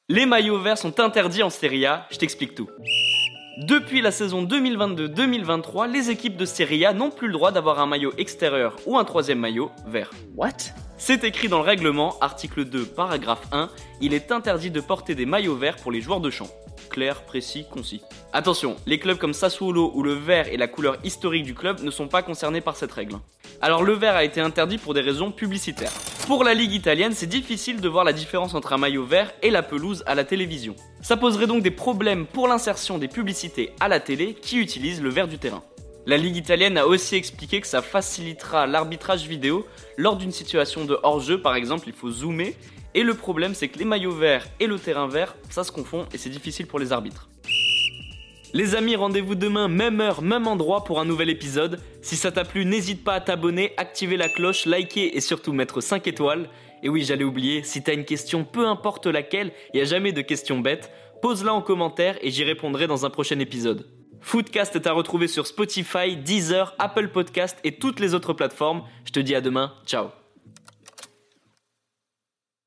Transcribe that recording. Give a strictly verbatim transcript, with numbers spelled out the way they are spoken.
Les maillots verts sont interdits en Serie A, je t'explique tout. Depuis la saison deux mille vingt-deux deux mille vingt-trois, les équipes de Serie A n'ont plus le droit d'avoir un maillot extérieur ou un troisième maillot vert. What? C'est écrit dans le règlement, article deux, paragraphe un, il est interdit de porter des maillots verts pour les joueurs de champ. Clair, précis, concis. Attention, les clubs comme Sassuolo où le vert est la couleur historique du club ne sont pas concernés par cette règle. Alors le vert a été interdit pour des raisons publicitaires. Pour la Ligue italienne, c'est difficile de voir la différence entre un maillot vert et la pelouse à la télévision. Ça poserait donc des problèmes pour l'insertion des publicités à la télé qui utilisent le vert du terrain. La Ligue italienne a aussi expliqué que ça facilitera l'arbitrage vidéo lors d'une situation de hors-jeu, par exemple, il faut zoomer. Et le problème, c'est que les maillots verts et le terrain vert, ça se confond et c'est difficile pour les arbitres. Les amis, rendez-vous demain, même heure, même endroit pour un nouvel épisode. Si ça t'a plu, n'hésite pas à t'abonner, activer la cloche, liker et surtout mettre cinq étoiles. Et oui, j'allais oublier, si t'as une question, peu importe laquelle, il n'y a jamais de questions bêtes, pose-la en commentaire et j'y répondrai dans un prochain épisode. Footcast est à retrouver sur Spotify, Deezer, Apple Podcast et toutes les autres plateformes. Je te dis à demain, ciao.